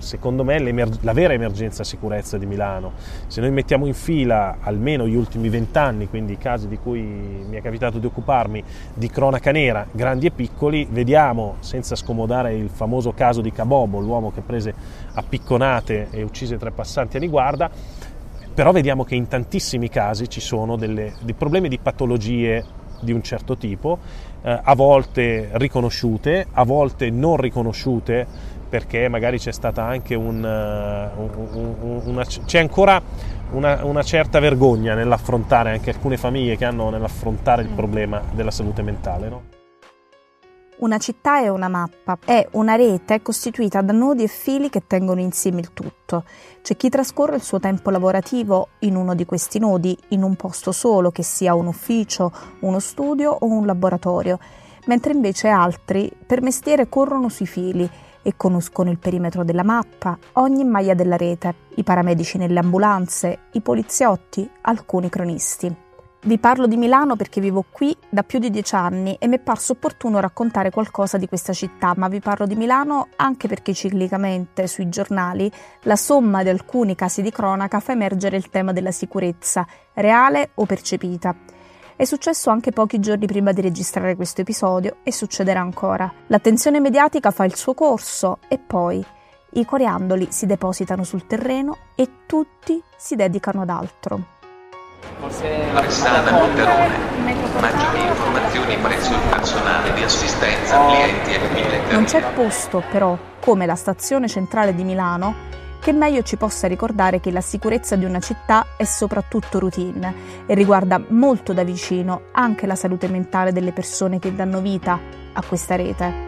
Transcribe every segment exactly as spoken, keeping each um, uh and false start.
secondo me la vera emergenza sicurezza di Milano. Se noi mettiamo in fila almeno gli ultimi vent'anni, quindi i casi di cui mi è capitato di occuparmi, di cronaca nera, grandi e piccoli, vediamo, senza scomodare il famoso caso di Kabobo, l'uomo che prese a picconate e uccise tre passanti a Niguarda, però vediamo che in tantissimi casi ci sono delle, dei problemi di patologie di un certo tipo, eh, a volte riconosciute, a volte non riconosciute, perché magari c'è stata anche un, uh, un, un una, c'è ancora una, una certa vergogna nell'affrontare, anche alcune famiglie che hanno nell'affrontare il problema della salute mentale, no? Una città è una mappa, è una rete costituita da nodi e fili che tengono insieme il tutto. C'è chi trascorre il suo tempo lavorativo in uno di questi nodi, in un posto solo, che sia un ufficio, uno studio o un laboratorio, mentre invece altri per mestiere corrono sui fili e conoscono il perimetro della mappa, ogni maglia della rete, i paramedici nelle ambulanze, i poliziotti, alcuni cronisti. Vi parlo di Milano perché vivo qui da più di dieci anni e mi è parso opportuno raccontare qualcosa di questa città, ma vi parlo di Milano anche perché ciclicamente sui giornali la somma di alcuni casi di cronaca fa emergere il tema della sicurezza, reale o percepita. È successo anche pochi giorni prima di registrare questo episodio e succederà ancora. L'attenzione mediatica fa il suo corso e poi i coriandoli si depositano sul terreno e tutti si dedicano ad altro. Restana Monterone. Maggiori informazioni presso il personale di assistenza clienti e biglietteria. Non c'è posto, però, come la stazione centrale di Milano, che meglio ci possa ricordare che la sicurezza di una città è soprattutto routine e riguarda molto da vicino anche la salute mentale delle persone che danno vita a questa rete.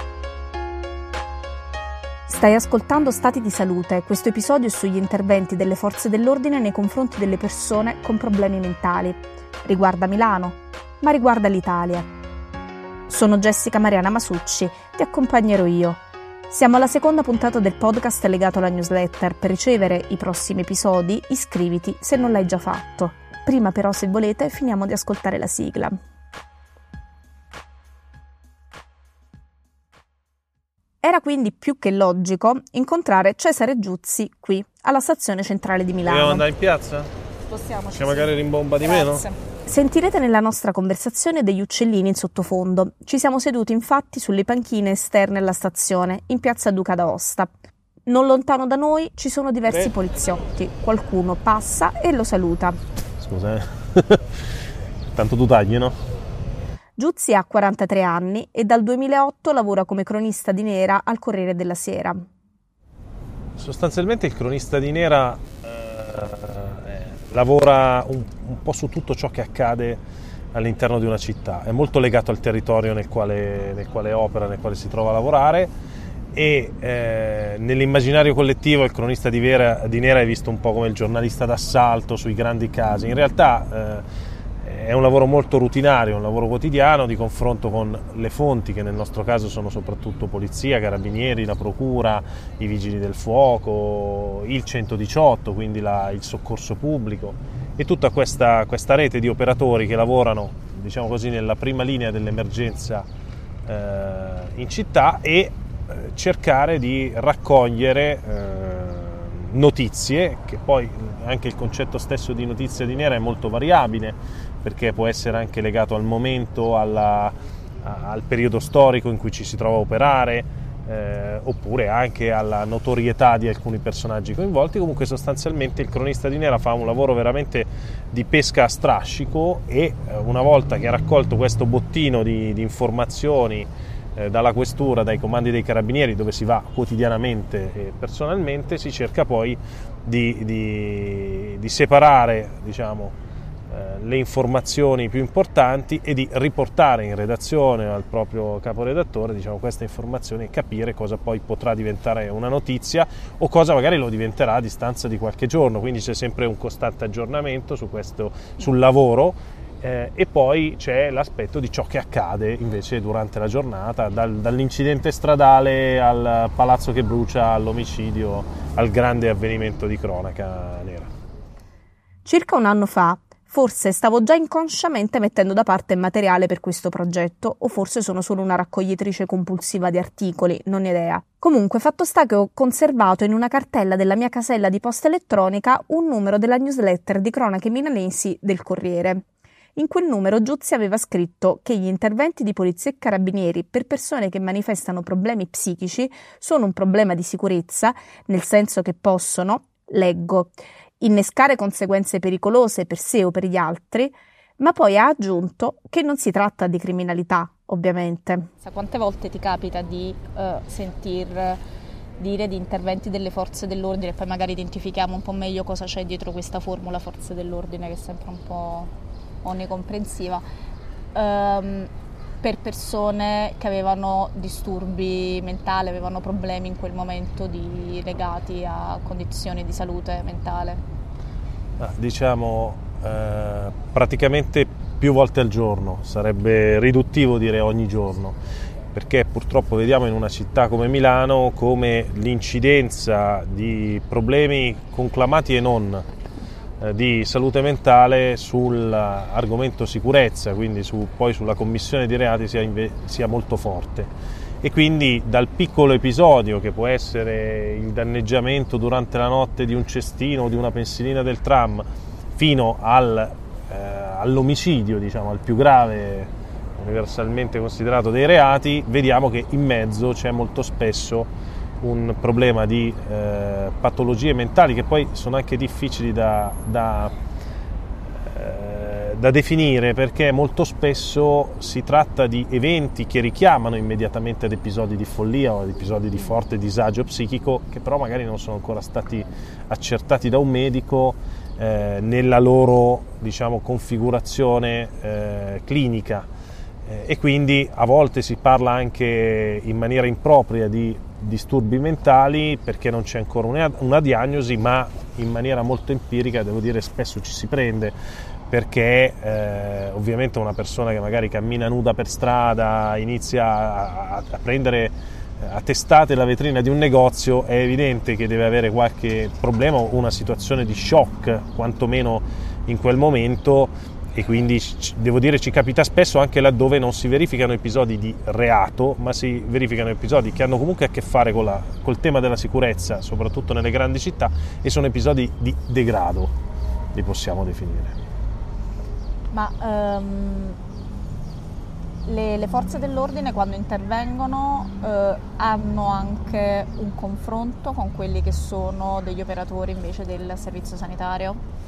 Stai ascoltando Stati di Salute, questo episodio è sugli interventi delle forze dell'ordine nei confronti delle persone con problemi mentali. Riguarda Milano, ma riguarda l'Italia. Sono Jessica Mariana Masucci, ti accompagnerò io. Siamo alla seconda puntata del podcast legato alla newsletter. Per ricevere i prossimi episodi iscriviti se non l'hai già fatto. Prima però, se volete, finiamo di ascoltare la sigla. Era quindi più che logico incontrare Cesare Giuzzi qui, alla stazione centrale di Milano. Dobbiamo andare in piazza? Spostiamoci. Che magari rimbomba di Grazie. meno? Sentirete nella nostra conversazione degli uccellini in sottofondo. Ci siamo seduti infatti sulle panchine esterne alla stazione, in piazza Duca d'Aosta. Non lontano da noi ci sono diversi eh. poliziotti. Qualcuno passa e lo saluta. Scusa, eh. Tanto tu tagli, no? Giuzzi ha quarantatré anni e dal duemilaotto lavora come cronista di Nera al Corriere della Sera. Sostanzialmente il cronista di Nera eh, lavora un, un po' su tutto ciò che accade all'interno di una città, è molto legato al territorio nel quale, nel quale opera, nel quale si trova a lavorare e eh, nell'immaginario collettivo il cronista di, Vera, di Nera è visto un po' come il giornalista d'assalto sui grandi casi. In realtà eh, è un lavoro molto rutinario, un lavoro quotidiano di confronto con le fonti, che nel nostro caso sono soprattutto polizia, carabinieri, la procura, i vigili del fuoco, il centodiciotto, quindi la, il soccorso pubblico e tutta questa, questa rete di operatori che lavorano, diciamo così, nella prima linea dell'emergenza eh, in città e eh, cercare di raccogliere eh, notizie, che poi anche il concetto stesso di notizia di Nera è molto variabile, perché può essere anche legato al momento, alla, al periodo storico in cui ci si trova a operare, eh, oppure anche alla notorietà di alcuni personaggi coinvolti. Comunque sostanzialmente il cronista di Nera fa un lavoro veramente di pesca a strascico e eh, una volta che ha raccolto questo bottino di, di informazioni eh, dalla questura, dai comandi dei carabinieri, dove si va quotidianamente e personalmente, si cerca poi di, di, di separare, diciamo, le informazioni più importanti e di riportare in redazione al proprio caporedattore, diciamo, queste informazioni e capire cosa poi potrà diventare una notizia o cosa magari lo diventerà a distanza di qualche giorno. Quindi c'è sempre un costante aggiornamento su questo, sul lavoro eh, e poi c'è l'aspetto di ciò che accade invece durante la giornata, dal, dall'incidente stradale al palazzo che brucia, all'omicidio, al grande avvenimento di cronaca nera. Circa un anno fa Forse stavo già inconsciamente mettendo da parte materiale per questo progetto, o forse sono solo una raccoglitrice compulsiva di articoli, non ho idea. Comunque, fatto sta che ho conservato in una cartella della mia casella di posta elettronica un numero della newsletter di cronache milanesi del Corriere. In quel numero Giuzzi aveva scritto che gli interventi di polizia e carabinieri per persone che manifestano problemi psichici sono un problema di sicurezza, nel senso che possono, leggo, innescare conseguenze pericolose per sé o per gli altri, ma poi ha aggiunto che non si tratta di criminalità, ovviamente. Quante volte ti capita di uh, sentir dire di interventi delle forze dell'ordine e poi magari identifichiamo un po' meglio cosa c'è dietro questa formula forze dell'ordine, che è sempre un po' onnicomprensiva, um, per persone che avevano disturbi mentali, avevano problemi in quel momento di, legati a condizioni di salute mentale? Ah, diciamo eh, praticamente più volte al giorno, sarebbe riduttivo dire ogni giorno, perché purtroppo vediamo in una città come Milano come l'incidenza di problemi conclamati e non di salute mentale sull'argomento sicurezza, quindi su, poi sulla commissione di reati sia, inve- sia molto forte, e quindi dal piccolo episodio che può essere il danneggiamento durante la notte di un cestino o di una pensilina del tram fino al, eh, all'omicidio, diciamo al più grave universalmente considerato dei reati, vediamo che in mezzo c'è molto spesso un problema di eh, patologie mentali che poi sono anche difficili da, da, eh, da definire, perché molto spesso si tratta di eventi che richiamano immediatamente ad episodi di follia o ad episodi di forte disagio psichico, che però magari non sono ancora stati accertati da un medico eh, nella loro, diciamo, configurazione eh, clinica, eh, e quindi a volte si parla anche in maniera impropria di disturbi mentali perché non c'è ancora una, una diagnosi, ma in maniera molto empirica, devo dire, spesso ci si prende, perché eh, ovviamente una persona che magari cammina nuda per strada, inizia a, a prendere a testate la vetrina di un negozio, è evidente che deve avere qualche problema o una situazione di shock quantomeno in quel momento, e quindi devo dire ci capita spesso anche laddove non si verificano episodi di reato, ma si verificano episodi che hanno comunque a che fare con la, col tema della sicurezza, soprattutto nelle grandi città, e sono episodi di degrado, li possiamo definire. Ma um, le, le forze dell'ordine quando intervengono uh, hanno anche un confronto con quelli che sono degli operatori invece del servizio sanitario?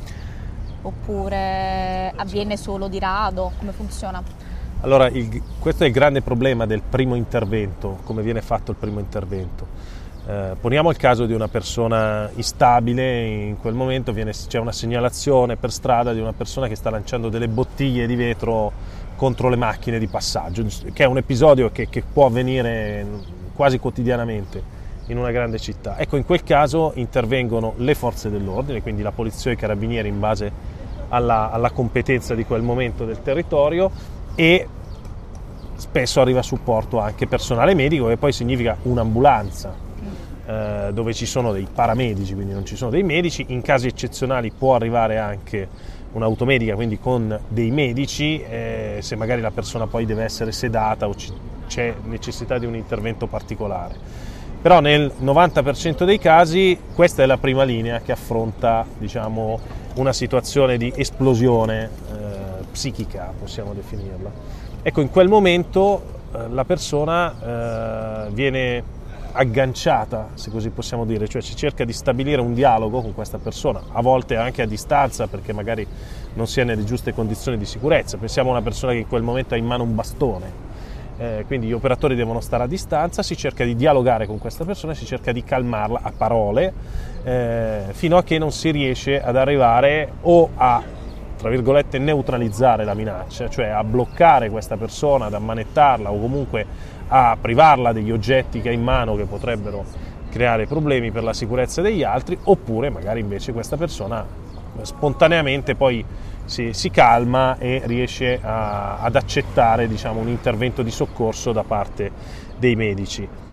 Oppure avviene solo di rado? Come funziona? Allora, il, questo è il grande problema del primo intervento, come viene fatto il primo intervento. Eh, poniamo il caso di una persona instabile, in quel momento viene, c'è una segnalazione per strada di una persona che sta lanciando delle bottiglie di vetro contro le macchine di passaggio, che è un episodio che, che può avvenire quasi quotidianamente in una grande città. Ecco, in quel caso intervengono le forze dell'ordine, quindi la polizia e i carabinieri in base alla, alla competenza di quel momento del territorio, e spesso arriva a supporto anche personale medico, che poi significa un'ambulanza eh, dove ci sono dei paramedici, quindi non ci sono dei medici. In casi eccezionali può arrivare anche un'automedica, quindi con dei medici, eh, se magari la persona poi deve essere sedata o ci, c'è necessità di un intervento particolare. Però nel novanta per cento dei casi questa è la prima linea che affronta, diciamo, una situazione di esplosione eh, psichica, possiamo definirla. Ecco, in quel momento eh, la persona eh, viene agganciata, se così possiamo dire, cioè si cerca di stabilire un dialogo con questa persona, a volte anche a distanza perché magari non si è nelle giuste condizioni di sicurezza. Pensiamo a una persona che in quel momento ha in mano un bastone. Eh, quindi gli operatori devono stare a distanza, si cerca di dialogare con questa persona, si cerca di calmarla a parole, eh, fino a che non si riesce ad arrivare o a, tra virgolette, neutralizzare la minaccia, cioè a bloccare questa persona, ad ammanettarla o comunque a privarla degli oggetti che ha in mano che potrebbero creare problemi per la sicurezza degli altri, oppure magari invece questa persona spontaneamente poi Si, si calma e riesce a, ad accettare, diciamo, un intervento di soccorso da parte dei medici.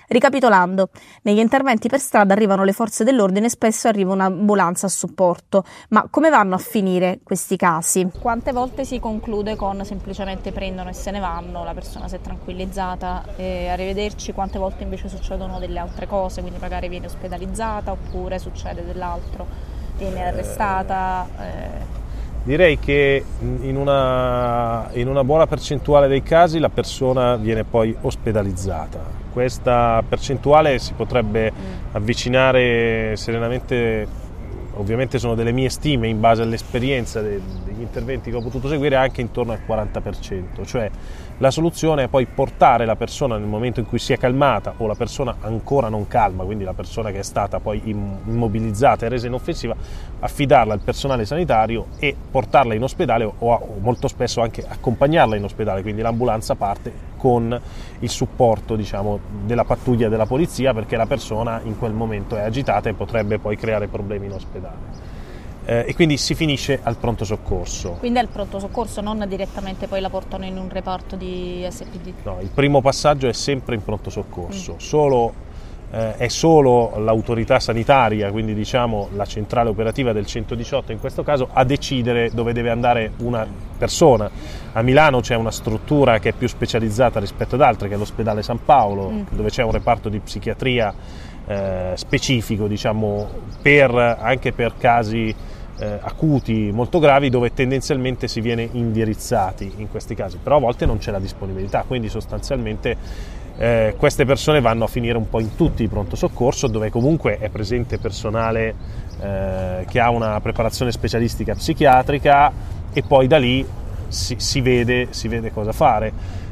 Ricapitolando, negli interventi per strada arrivano le forze dell'ordine e spesso arriva un'ambulanza a supporto. Ma come vanno a finire questi casi? Quante volte si conclude con semplicemente prendono e se ne vanno, la persona si è tranquillizzata e arrivederci, quante volte invece succedono delle altre cose, quindi magari viene ospedalizzata oppure succede dell'altro, viene arrestata? Eh... Direi che in una, in una buona percentuale dei casi la persona viene poi ospedalizzata. Questa percentuale si potrebbe mm. avvicinare serenamente, ovviamente sono delle mie stime in base all'esperienza de, degli interventi che ho potuto seguire, anche intorno al quaranta per cento. Cioè la soluzione è poi portare la persona nel momento in cui si è calmata o la persona ancora non calma, quindi la persona che è stata poi immobilizzata e resa inoffensiva, affidarla al personale sanitario e portarla in ospedale o, o molto spesso anche accompagnarla in ospedale, quindi l'ambulanza parte con il supporto, diciamo, della pattuglia della polizia, perché la persona in quel momento è agitata e potrebbe poi creare problemi in ospedale. Eh, e quindi si finisce al pronto soccorso. Quindi al pronto soccorso, non direttamente poi la portano in un reparto di S P D? No, il primo passaggio è sempre in pronto soccorso. Mm. Solo, eh, è solo l'autorità sanitaria, quindi diciamo la centrale operativa del centodiciotto in questo caso, a decidere dove deve andare una persona. A Milano c'è una struttura che è più specializzata rispetto ad altre, che è l'ospedale San Paolo, mm. dove c'è un reparto di psichiatria eh, specifico, diciamo, per, anche per casi Eh, acuti molto gravi, dove tendenzialmente si viene indirizzati in questi casi, però a volte non c'è la disponibilità, quindi sostanzialmente eh, queste persone vanno a finire un po' in tutti i pronto soccorso, dove comunque è presente personale eh, che ha una preparazione specialistica psichiatrica, e poi da lì si, si, vede, si vede cosa fare.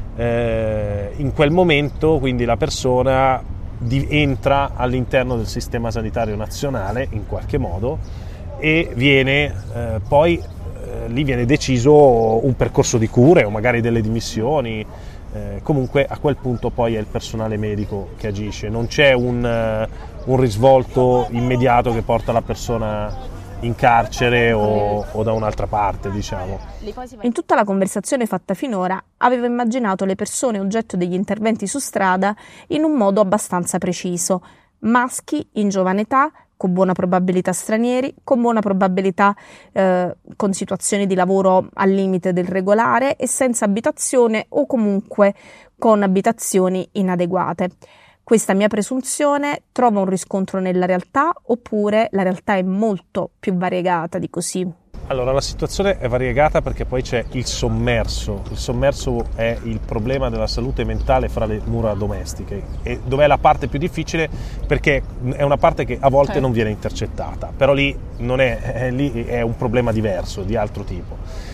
Eh, in quel momento quindi la persona di, entra all'interno del sistema sanitario nazionale in qualche modo, e viene eh, poi eh, lì viene deciso un percorso di cure o magari delle dimissioni, eh, comunque a quel punto poi è il personale medico che agisce, non c'è un, uh, un risvolto immediato che porta la persona in carcere o, o da un'altra parte, diciamo. In tutta la conversazione fatta finora avevo immaginato le persone oggetto degli interventi su strada in un modo abbastanza preciso: maschi in giovane età, con buona probabilità stranieri, con buona probabilità eh, con situazioni di lavoro al limite del regolare e senza abitazione o comunque con abitazioni inadeguate. Questa mia presunzione trova un riscontro nella realtà, oppure la realtà è molto più variegata di così? Allora, la situazione è variegata perché poi c'è il sommerso. Il sommerso è il problema della salute mentale fra le mura domestiche, e dov'è la parte più difficile, perché è una parte che a volte certo. non viene intercettata, però lì non è, è, lì è un problema diverso, di altro tipo.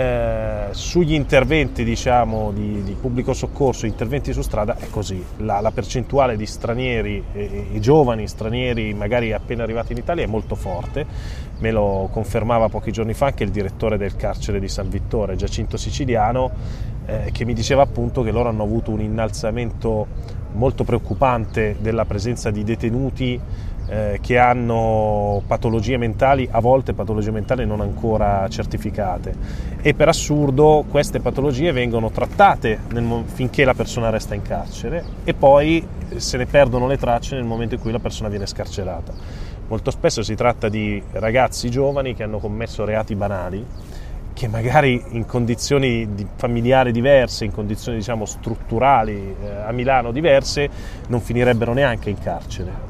Eh, sugli interventi, diciamo, di, di pubblico soccorso, interventi su strada, è così. La, la percentuale di stranieri e, e giovani stranieri magari appena arrivati in Italia è molto forte. Me lo confermava pochi giorni fa anche il direttore del carcere di San Vittore, Giacinto Siciliano, eh, che mi diceva appunto che loro hanno avuto un innalzamento molto preoccupante della presenza di detenuti eh, che hanno patologie mentali, a volte patologie mentali non ancora certificate, e per assurdo queste patologie vengono trattate nel, finché la persona resta in carcere, e poi se ne perdono le tracce nel momento in cui la persona viene scarcerata. Molto spesso si tratta di ragazzi giovani che hanno commesso reati banali, che magari in condizioni di familiari diverse, in condizioni diciamo strutturali eh, a Milano diverse, non finirebbero neanche in carcere.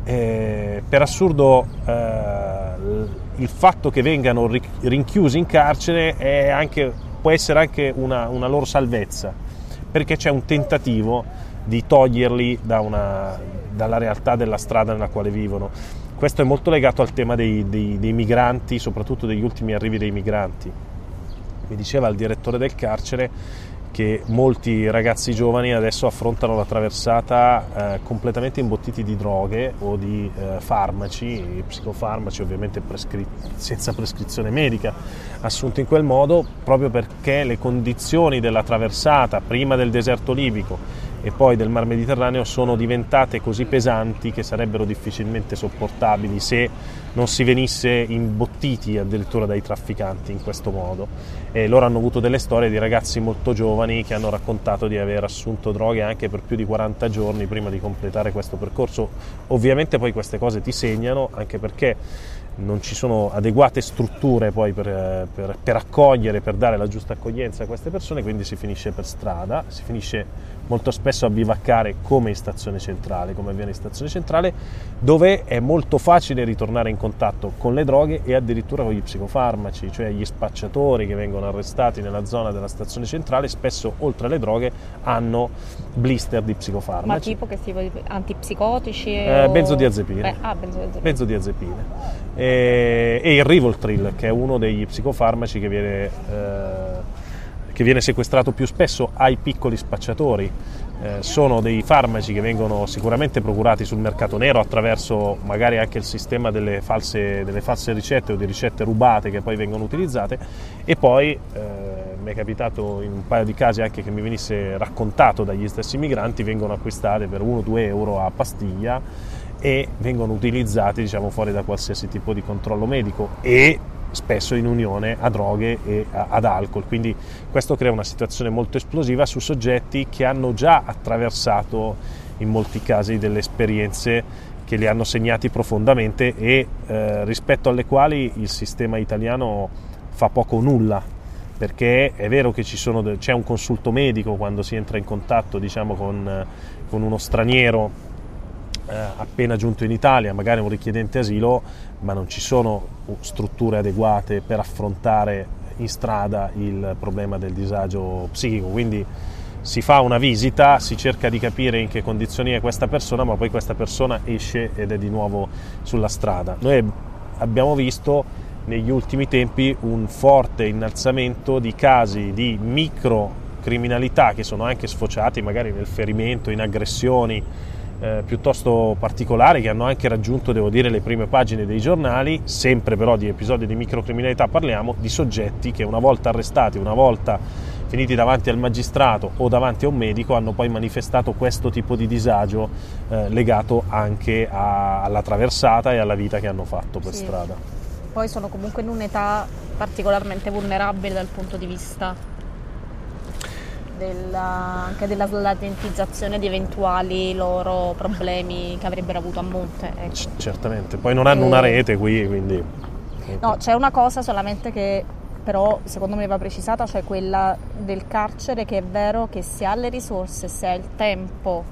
E per assurdo eh, il fatto che vengano rinchiusi in carcere è anche, può essere anche una, una loro salvezza, perché c'è un tentativo di toglierli da una, dalla realtà della strada nella quale vivono. Questo è molto legato al tema dei, dei, dei migranti, soprattutto degli ultimi arrivi dei migranti. Mi diceva il direttore del carcere che molti ragazzi giovani adesso affrontano la traversata eh, completamente imbottiti di droghe o di eh, farmaci, psicofarmaci ovviamente prescri- senza prescrizione medica, assunti in quel modo proprio perché le condizioni della traversata prima del deserto libico e poi del Mar Mediterraneo sono diventate così pesanti che sarebbero difficilmente sopportabili se non si venisse imbottiti addirittura dai trafficanti in questo modo. E loro hanno avuto delle storie di ragazzi molto giovani che hanno raccontato di aver assunto droghe anche per più di quaranta giorni prima di completare questo percorso. Ovviamente poi queste cose ti segnano, anche perché non ci sono adeguate strutture poi per, per, per accogliere, per dare la giusta accoglienza a queste persone, quindi si finisce per strada, si finisce molto spesso a bivaccare come in stazione centrale, come avviene in stazione centrale, dove è molto facile ritornare in contatto con le droghe e addirittura con gli psicofarmaci, cioè gli spacciatori che vengono arrestati nella zona della stazione centrale spesso oltre alle droghe hanno blister di psicofarmaci. Ma tipo che tipo di antipsicotici? Eh, o... Benzodiazepine. Eh, ah, benzodiazepine. Benzodiazepine. E, e il Rivotril, che è uno degli psicofarmaci che viene, eh, che viene sequestrato più spesso ai piccoli spacciatori. Eh, sono dei farmaci che vengono sicuramente procurati sul mercato nero attraverso magari anche il sistema delle false, delle false ricette o di ricette rubate che poi vengono utilizzate, e poi eh, mi è capitato in un paio di casi anche che mi venisse raccontato dagli stessi migranti, vengono acquistate per uno due euro a pastiglia e vengono utilizzati, diciamo, fuori da qualsiasi tipo di controllo medico e spesso in unione a droghe e a, ad alcol, quindi questo crea una situazione molto esplosiva su soggetti che hanno già attraversato in molti casi delle esperienze che li hanno segnati profondamente e eh, rispetto alle quali il sistema italiano fa poco o nulla, perché è vero che ci sono, c'è un consulto medico quando si entra in contatto, diciamo, con, con uno straniero eh, appena giunto in Italia, magari un richiedente asilo, ma non ci sono strutture adeguate per affrontare in strada il problema del disagio psichico, quindi si fa una visita, si cerca di capire in che condizioni è questa persona, ma poi questa persona esce ed è di nuovo sulla strada. Noi abbiamo visto negli ultimi tempi un forte innalzamento di casi di microcriminalità che sono anche sfociati magari nel ferimento, in aggressioni eh, piuttosto particolari, che hanno anche raggiunto, devo dire, le prime pagine dei giornali. Sempre però di episodi di microcriminalità parliamo, di soggetti che una volta arrestati, una volta finiti davanti al magistrato o davanti a un medico, hanno poi manifestato questo tipo di disagio eh, legato anche a, alla traversata e alla vita che hanno fatto per sì. strada. Poi sono comunque in un'età particolarmente vulnerabile dal punto di vista della, anche della slatentizzazione di eventuali loro problemi che avrebbero avuto a monte. Ecco. C- certamente, poi non hanno e... una rete qui, quindi... No, c'è una cosa solamente che però secondo me va precisata, cioè quella del carcere, che è vero che se ha le risorse, se ha il tempo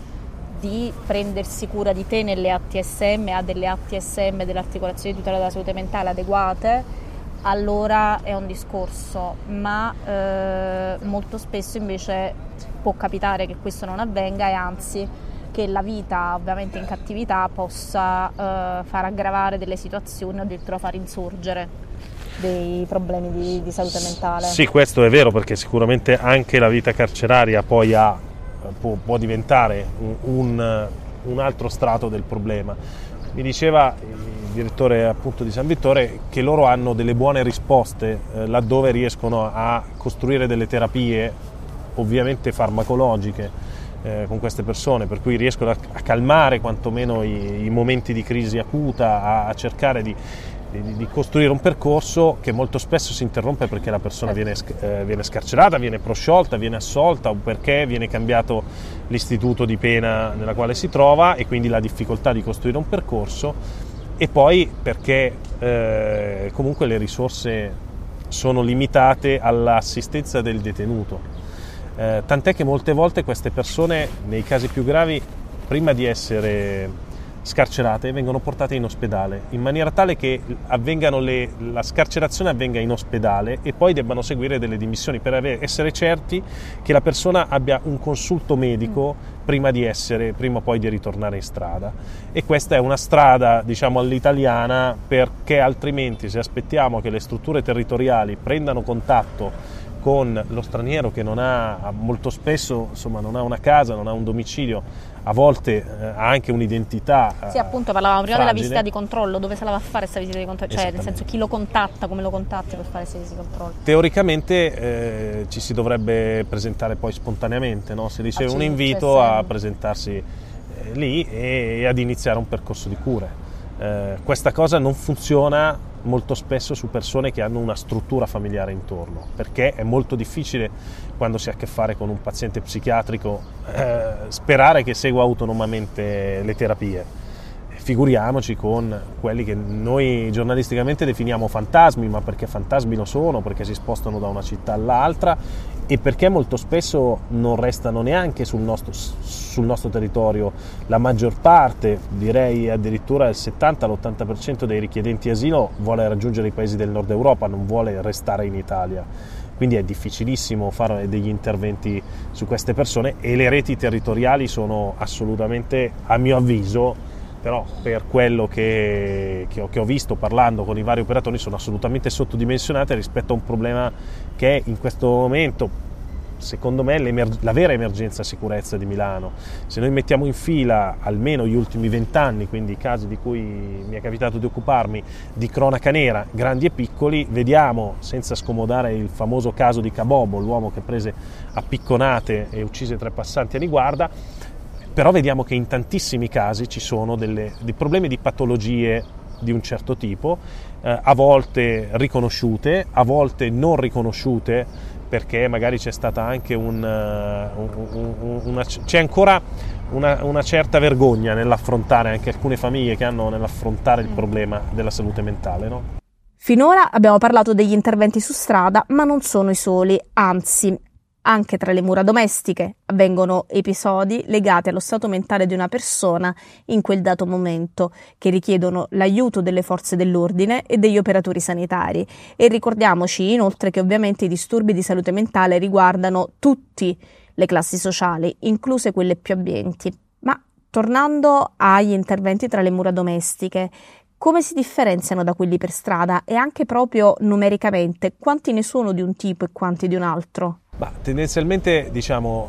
di prendersi cura di te nelle A T S M, ha delle A T S M, delle articolazioni di tutela della salute mentale adeguate, allora è un discorso, ma eh, molto spesso invece può capitare che questo non avvenga, e anzi che la vita ovviamente in cattività possa eh, far aggravare delle situazioni o addirittura far insorgere dei problemi di, di salute mentale. Sì, questo è vero, perché sicuramente anche la vita carceraria poi ha, può, può diventare un, un, un altro strato del problema. Mi diceva il direttore appunto di San Vittore che loro hanno delle buone risposte eh, laddove riescono a costruire delle terapie ovviamente farmacologiche eh, con queste persone, per cui riescono a, a calmare quantomeno i, i momenti di crisi acuta, a, a cercare di Di, di costruire un percorso che molto spesso si interrompe perché la persona viene, eh, viene scarcerata, viene prosciolta, viene assolta, o perché viene cambiato l'istituto di pena nella quale si trova, e quindi la difficoltà di costruire un percorso, e poi perché eh, comunque le risorse sono limitate all'assistenza del detenuto, eh, tant'è che molte volte queste persone, nei casi più gravi, prima di essere scarcerate, vengono portate in ospedale, in maniera tale che avvengano le, la scarcerazione avvenga in ospedale e poi debbano seguire delle dimissioni per avere, essere certi che la persona abbia un consulto medico prima di essere, prima poi di ritornare in strada. E questa è una strada, diciamo, all'italiana, perché altrimenti, se aspettiamo che le strutture territoriali prendano contatto con lo straniero che non ha, molto spesso, insomma, non ha una casa, non ha un domicilio a volte eh, ha anche un'identità. Sì, appunto, parlavamo prima fragile. della visita di controllo, dove se la va a fare questa visita di controllo? Cioè, nel senso, chi lo contatta, come lo contatti per fare questa visita di controllo? Teoricamente eh, ci si dovrebbe presentare poi spontaneamente, no? Si riceve Ah, un sì, invito cioè, a se... presentarsi eh, lì e, e ad iniziare un percorso di cure. Eh, questa cosa non funziona molto spesso su persone che hanno una struttura familiare intorno, perché è molto difficile, quando si ha a che fare con un paziente psichiatrico, eh, sperare che segua autonomamente le terapie. Figuriamoci con quelli che noi giornalisticamente definiamo fantasmi, ma perché fantasmi lo sono, perché si spostano da una città all'altra e perché molto spesso non restano neanche sul nostro, sul nostro territorio. La maggior parte, direi addirittura il settanta l'ottanta per cento dei richiedenti asilo vuole raggiungere i paesi del nord Europa, non vuole restare in Italia. Quindi è difficilissimo fare degli interventi su queste persone e le reti territoriali sono assolutamente, a mio avviso, però per quello che, che, ho, che ho visto parlando con i vari operatori, sono assolutamente sottodimensionate rispetto a un problema che è in questo momento, secondo me, la vera emergenza sicurezza di Milano. Se noi mettiamo in fila almeno gli ultimi vent'anni, quindi i casi di cui mi è capitato di occuparmi, di cronaca nera, grandi e piccoli, vediamo, senza scomodare il famoso caso di Kabobo, l'uomo che prese a picconate e uccise tre passanti a Niguarda, però vediamo che in tantissimi casi ci sono delle, dei problemi di patologie di un certo tipo, eh, a volte riconosciute, a volte non riconosciute, perché magari c'è stata anche un, uh, un, un, una, c'è ancora una, una certa vergogna nell'affrontare, anche alcune famiglie che hanno nell'affrontare il problema della salute mentale, no? Finora abbiamo parlato degli interventi su strada, ma non sono i soli, anzi, anche tra le mura domestiche avvengono episodi legati allo stato mentale di una persona in quel dato momento, che richiedono l'aiuto delle forze dell'ordine e degli operatori sanitari. E ricordiamoci inoltre che ovviamente i disturbi di salute mentale riguardano tutte le classi sociali, incluse quelle più abbienti. Ma tornando agli interventi tra le mura domestiche, come si differenziano da quelli per strada e anche proprio numericamente, quanti ne sono di un tipo e quanti di un altro? Ma tendenzialmente, diciamo,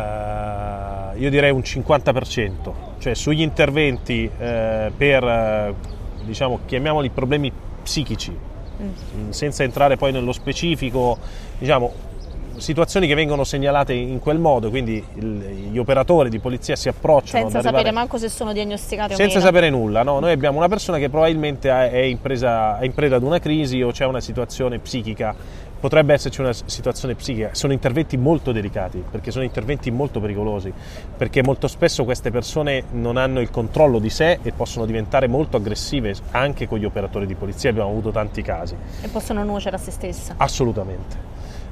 eh, io direi un cinquanta per cento, cioè sugli interventi eh, per, eh, diciamo, chiamiamoli problemi psichici, mm. senza entrare poi nello specifico, diciamo, situazioni che vengono segnalate in quel modo, quindi il, gli operatori di polizia si approcciano senza ad arrivare, sapere manco se sono diagnosticati o senza meno. sapere nulla, no? Noi abbiamo una persona che probabilmente è in, presa, è in preda ad una crisi o c'è una situazione psichica, potrebbe esserci una situazione psichica. Sono interventi molto delicati, perché sono interventi molto pericolosi, perché molto spesso queste persone non hanno il controllo di sé e possono diventare molto aggressive anche con gli operatori di polizia. Abbiamo avuto tanti casi. E possono nuocere a se stessa. Assolutamente.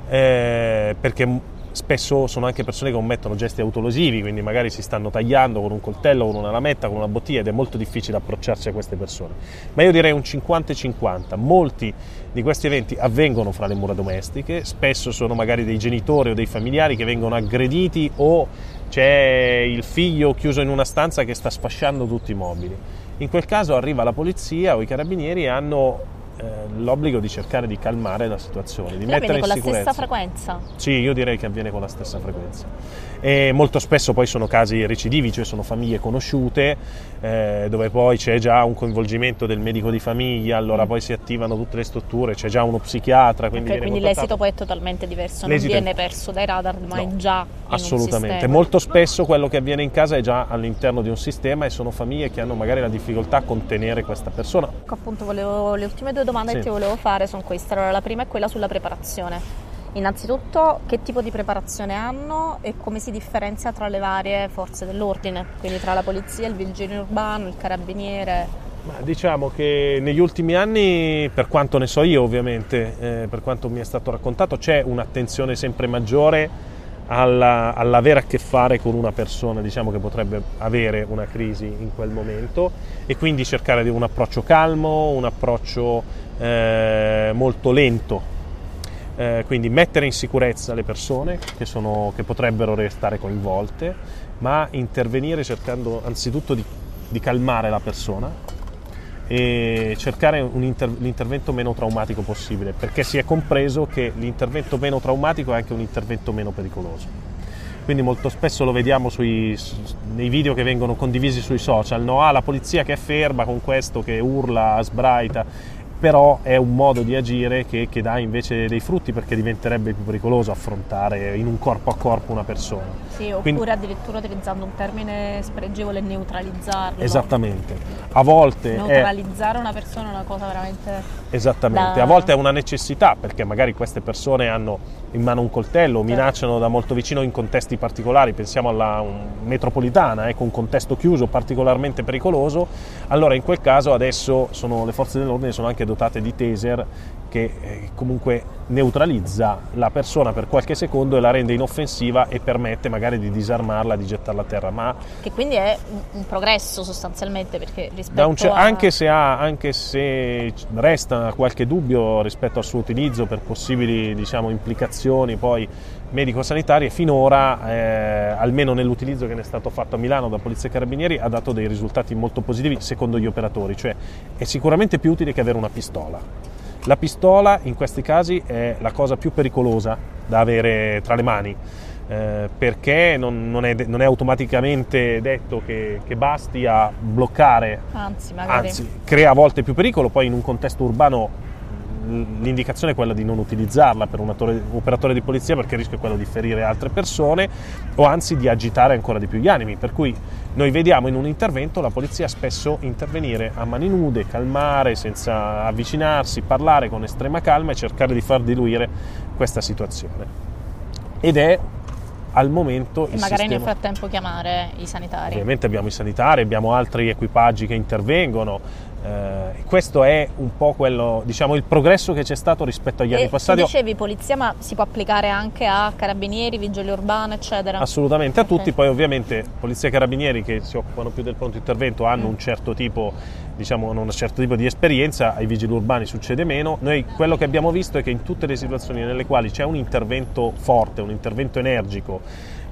Eh, perché spesso sono anche persone che commettono gesti autolesivi, quindi magari si stanno tagliando con un coltello, con una lametta, con una bottiglia, ed è molto difficile approcciarsi a queste persone. Ma io direi un cinquanta cinquanta. Molti di questi eventi avvengono fra le mura domestiche, spesso sono magari dei genitori o dei familiari che vengono aggrediti, o c'è il figlio chiuso in una stanza che sta sfasciando tutti i mobili. In quel caso arriva la polizia o i carabinieri e hanno l'obbligo di cercare di calmare la situazione, di Però mettere in con la sicurezza. stessa frequenza? Sì, io direi che avviene con la stessa frequenza. E molto spesso poi sono casi recidivi, cioè sono famiglie conosciute, eh, dove poi c'è già un coinvolgimento del medico di famiglia, allora mm. poi si attivano tutte le strutture, c'è già uno psichiatra. Quindi, okay, quindi l'esito poi è totalmente diverso, l'esito non viene perso dai radar, ma no, è già in assolutamente. Un sistema. Molto spesso quello che avviene in casa è già all'interno di un sistema, e sono famiglie che hanno magari la difficoltà a contenere questa persona. Appunto, volevo, le ultime due domande sì. che ti volevo fare sono queste. Allora, la prima è quella sulla preparazione. Innanzitutto, che tipo di preparazione hanno e come si differenzia tra le varie forze dell'ordine, quindi tra la polizia, il vigile urbano, il carabiniere? Ma diciamo che negli ultimi anni, per quanto ne so io ovviamente, eh, per quanto mi è stato raccontato, c'è un'attenzione sempre maggiore alla, all'avere a che fare con una persona, diciamo, che potrebbe avere una crisi in quel momento, e quindi cercare di un approccio calmo, un approccio eh, molto lento. Eh, quindi mettere in sicurezza le persone che, sono, che potrebbero restare coinvolte, ma intervenire cercando anzitutto di, di calmare la persona e cercare un inter, l'intervento meno traumatico possibile, perché si è compreso che l'intervento meno traumatico è anche un intervento meno pericoloso. quindi molto spesso lo vediamo sui, nei video che vengono condivisi sui social, no? Ah, la polizia che è ferma con questo che urla, sbraita, però è un modo di agire che, che dà invece dei frutti, perché diventerebbe più pericoloso affrontare in un corpo a corpo una persona. Sì, oppure quindi, addirittura utilizzando un termine spregevole, neutralizzarlo. Esattamente. A volte neutralizzare è, una persona è una cosa veramente... Esattamente, da... a volte è una necessità, perché magari queste persone hanno in mano un coltello, minacciano da molto vicino in contesti particolari, pensiamo alla un, metropolitana, ecco, un contesto chiuso particolarmente pericoloso. Allora in quel caso adesso sono, le forze dell'ordine sono anche dotate di taser che eh, comunque neutralizza la persona per qualche secondo e la rende inoffensiva e permette magari di disarmarla, di gettarla a terra. Ma che quindi è un, un progresso sostanzialmente, perché rispetto da un c- a... anche se ha, anche se resta qualche dubbio rispetto al suo utilizzo per possibili, diciamo, implicazioni poi medico-sanitarie, finora eh, almeno nell'utilizzo che ne è stato fatto a Milano da Polizia e Carabinieri ha dato dei risultati molto positivi secondo gli operatori, cioè è sicuramente più utile che avere una pistola. La pistola in questi casi è la cosa più pericolosa da avere tra le mani, eh, perché non, non, è, non è automaticamente detto che, che basti a bloccare, anzi, magari. anzi crea a volte più pericolo. Poi in un contesto urbano l'indicazione è quella di non utilizzarla per un attore, operatore di polizia, perché il rischio è quello di ferire altre persone o anzi di agitare ancora di più gli animi, per cui noi vediamo in un intervento la polizia spesso intervenire a mani nude, calmare senza avvicinarsi, parlare con estrema calma e cercare di far diluire questa situazione, ed è al momento e il magari sistema... nel frattempo chiamare i sanitari. Ovviamente abbiamo i sanitari, abbiamo altri equipaggi che intervengono. Eh, questo è un po' quello, diciamo, il progresso che c'è stato rispetto agli e anni passati. Tu dicevi polizia, ma si può applicare anche a carabinieri, vigili urbani, eccetera? Assolutamente a okay. tutti. Poi ovviamente polizia e carabinieri, che si occupano più del pronto intervento, hanno mm. un certo tipo, diciamo, un certo tipo di esperienza, ai vigili urbani succede meno. Noi quello che abbiamo visto è che in tutte le situazioni nelle quali c'è un intervento forte, un intervento energico,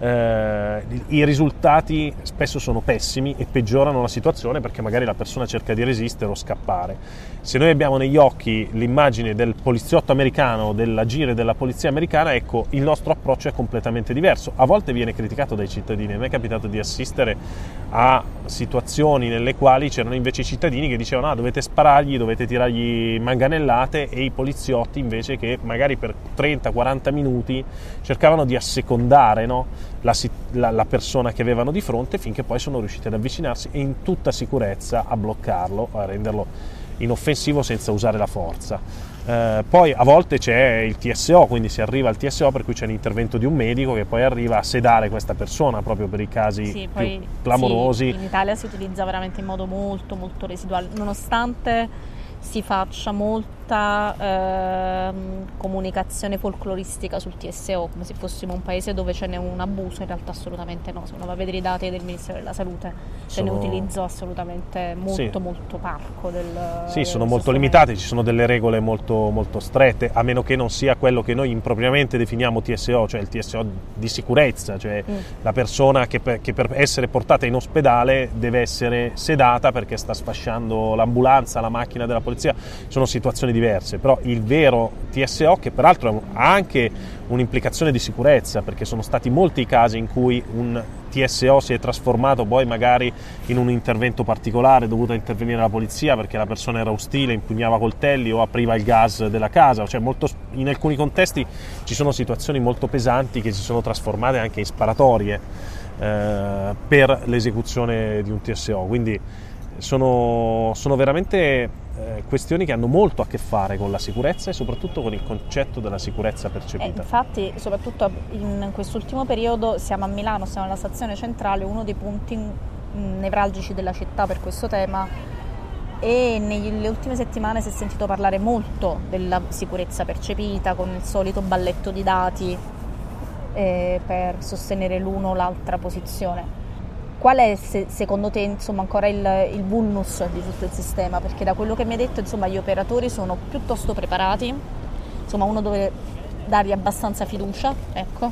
eh, i risultati spesso sono pessimi e peggiorano la situazione, perché magari la persona cerca di resistere o scappare. Se noi abbiamo negli occhi l'immagine del poliziotto americano, dell'agire della polizia americana, ecco, il nostro approccio è completamente diverso. A volte viene criticato dai cittadini. A me è capitato di assistere a situazioni nelle quali c'erano invece i cittadini che dicevano: ah, dovete sparargli, dovete tirargli manganellate, e i poliziotti invece che magari per trenta quaranta minuti cercavano di assecondare, no? La, la, la persona che avevano di fronte, finché poi sono riusciti ad avvicinarsi e in tutta sicurezza a bloccarlo, a renderlo inoffensivo senza usare la forza. Eh, poi a volte c'è il T S O, quindi si arriva al T S O, per cui c'è l'intervento di un medico che poi arriva a sedare questa persona proprio per i casi sì, più poi, clamorosi. Sì, in Italia si utilizza veramente in modo molto molto residuale, nonostante si faccia molta eh, comunicazione folcloristica sul T S O, come se fossimo un paese dove ce n'è un abuso. In realtà assolutamente no. Se uno va a vedere i dati del Ministero della Salute, ce sono... ne utilizzo assolutamente molto sì. molto parco del, sì, del sono molto limitati, ci sono delle regole molto, molto strette, a meno che non sia quello che noi impropriamente definiamo T S O, cioè il T S O di sicurezza, cioè mm. la persona che per, che per essere portata in ospedale deve essere sedata perché sta sfasciando l'ambulanza, la macchina della polizia. Sono situazioni diverse, però il vero T S O, che peraltro ha anche un'implicazione di sicurezza, perché sono stati molti i casi in cui un T S O si è trasformato poi magari in un intervento particolare, dovuta intervenire la polizia perché la persona era ostile, impugnava coltelli o apriva il gas della casa, cioè molto, in alcuni contesti ci sono situazioni molto pesanti che si sono trasformate anche in sparatorie eh, per l'esecuzione di un T S O, quindi sono, sono veramente eh, questioni che hanno molto a che fare con la sicurezza e soprattutto con il concetto della sicurezza percepita. Eh, infatti, soprattutto in quest'ultimo periodo siamo a Milano, siamo alla stazione centrale, uno dei punti nevralgici della città per questo tema, e nelle ultime settimane si è sentito parlare molto della sicurezza percepita, con il solito balletto di dati eh, per sostenere l'uno o l'altra posizione. Qual è se, secondo te insomma ancora il, il vulnus di tutto il sistema? Perché da quello che mi hai detto insomma gli operatori sono piuttosto preparati, insomma uno deve dargli abbastanza fiducia, ecco.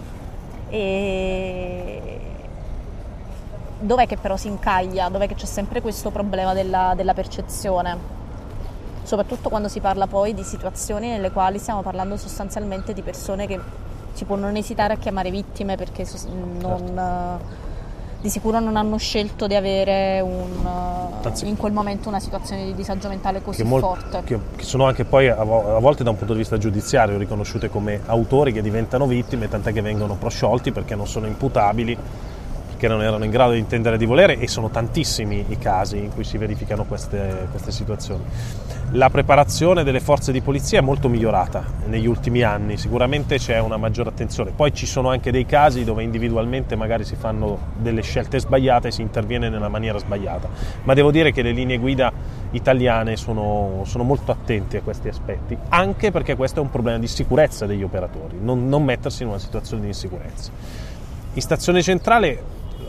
E dov'è che però si incaglia? Dov'è che c'è sempre questo problema della, della percezione? Soprattutto quando si parla poi di situazioni nelle quali stiamo parlando sostanzialmente di persone che si può non esitare a chiamare vittime perché non, certo. Di sicuro non hanno scelto di avere un, Anzi, in quel momento una situazione di disagio mentale così che molto, forte. Che, che sono anche poi a, a volte da un punto di vista giudiziario riconosciute come autori che diventano vittime, tant'è che vengono prosciolti perché non sono imputabili, che non erano in grado di intendere e di volere, e sono tantissimi i casi in cui si verificano queste, queste situazioni. La preparazione delle forze di polizia è molto migliorata negli ultimi anni, sicuramente c'è una maggiore attenzione, poi ci sono anche dei casi dove individualmente magari si fanno delle scelte sbagliate e si interviene nella maniera sbagliata, ma devo dire che le linee guida italiane sono, sono molto attente a questi aspetti, anche perché questo è un problema di sicurezza degli operatori, non, non mettersi in una situazione di insicurezza. In stazione centrale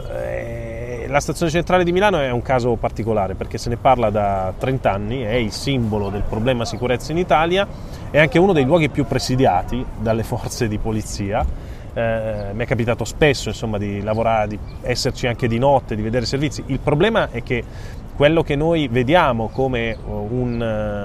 Eh, la stazione centrale di Milano è un caso particolare perché se ne parla da trenta anni, è il simbolo del problema sicurezza in Italia, è anche uno dei luoghi più presidiati dalle forze di polizia. Eh, mi è capitato spesso insomma di lavorare, di esserci anche di notte, di vedere servizi. Il problema è che quello che noi vediamo come un,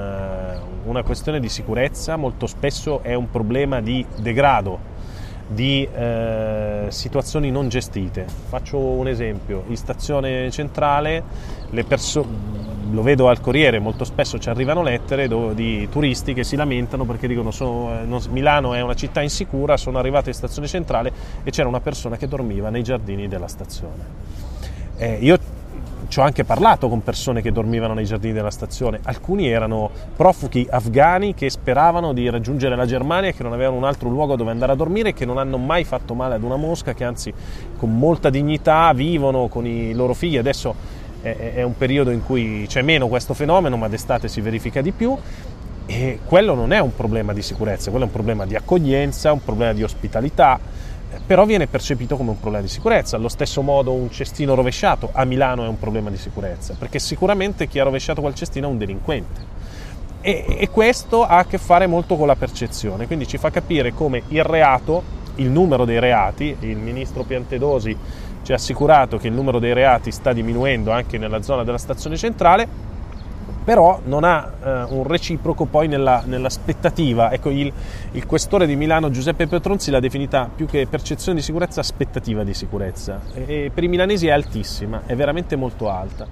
una questione di sicurezza molto spesso è un problema di degrado, di eh, situazioni non gestite. Faccio un esempio: in stazione centrale le persone, lo vedo al Corriere, molto spesso ci arrivano lettere dove, di turisti che si lamentano perché dicono sono, eh, non, Milano è una città insicura, sono arrivato in stazione centrale e c'era una persona che dormiva nei giardini della stazione. Eh, io ci ho anche parlato con persone che dormivano nei giardini della stazione, alcuni erano profughi afghani che speravano di raggiungere la Germania e che non avevano un altro luogo dove andare a dormire, che non hanno mai fatto male ad una mosca, che anzi con molta dignità vivono con i loro figli. Adesso è, è un periodo in cui c'è meno questo fenomeno, ma d'estate si verifica di più, e quello non è un problema di sicurezza, quello è un problema di accoglienza, un problema di ospitalità, però viene percepito come un problema di sicurezza. Allo stesso modo un cestino rovesciato a Milano è un problema di sicurezza, perché sicuramente chi ha rovesciato quel cestino è un delinquente, e, e questo ha a che fare molto con la percezione, quindi ci fa capire come il reato, il numero dei reati, il ministro Piantedosi ci ha assicurato che il numero dei reati sta diminuendo anche nella zona della stazione centrale, però non ha eh, un reciproco poi nella, nell'aspettativa. Ecco, il, il questore di Milano Giuseppe Petronzi l'ha definita, più che percezione di sicurezza, aspettativa di sicurezza, e, e per i milanesi è altissima, è veramente molto alta.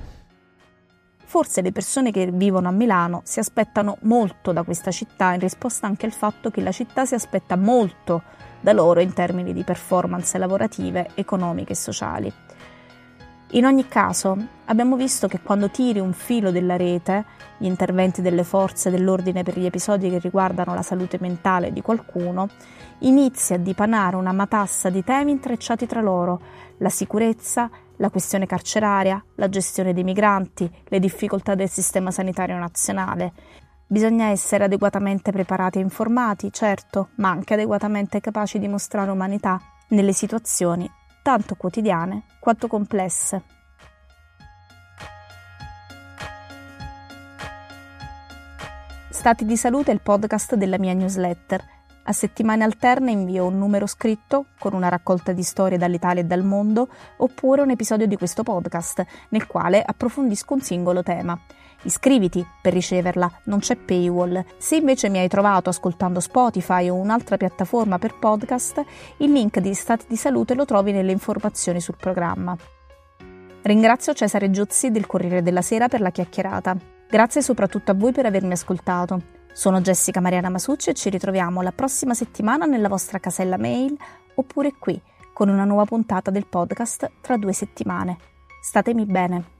Forse le persone che vivono a Milano si aspettano molto da questa città, in risposta anche al fatto che la città si aspetta molto da loro in termini di performance lavorative, economiche e sociali. In ogni caso, abbiamo visto che quando tiri un filo della rete, gli interventi delle forze dell'ordine per gli episodi che riguardano la salute mentale di qualcuno, inizia a dipanare una matassa di temi intrecciati tra loro: la sicurezza, la questione carceraria, la gestione dei migranti, le difficoltà del sistema sanitario nazionale. Bisogna essere adeguatamente preparati e informati, certo, ma anche adeguatamente capaci di mostrare umanità nelle situazioni tanto quotidiane quanto complesse. Stati di Salute è il podcast della mia newsletter. A settimane alterne invio un numero scritto con una raccolta di storie dall'Italia e dal mondo, oppure un episodio di questo podcast nel quale approfondisco un singolo tema. Iscriviti per riceverla, non c'è paywall. Se invece mi hai trovato ascoltando Spotify o un'altra piattaforma per podcast, il link di Stati di Salute lo trovi nelle informazioni sul programma. Ringrazio Cesare Giuzzi del Corriere della Sera per la chiacchierata. Grazie soprattutto a voi per avermi ascoltato. Sono Jessica Mariana Masucci e ci ritroviamo la prossima settimana nella vostra casella mail, oppure qui, con una nuova puntata del podcast tra due settimane. Statemi bene.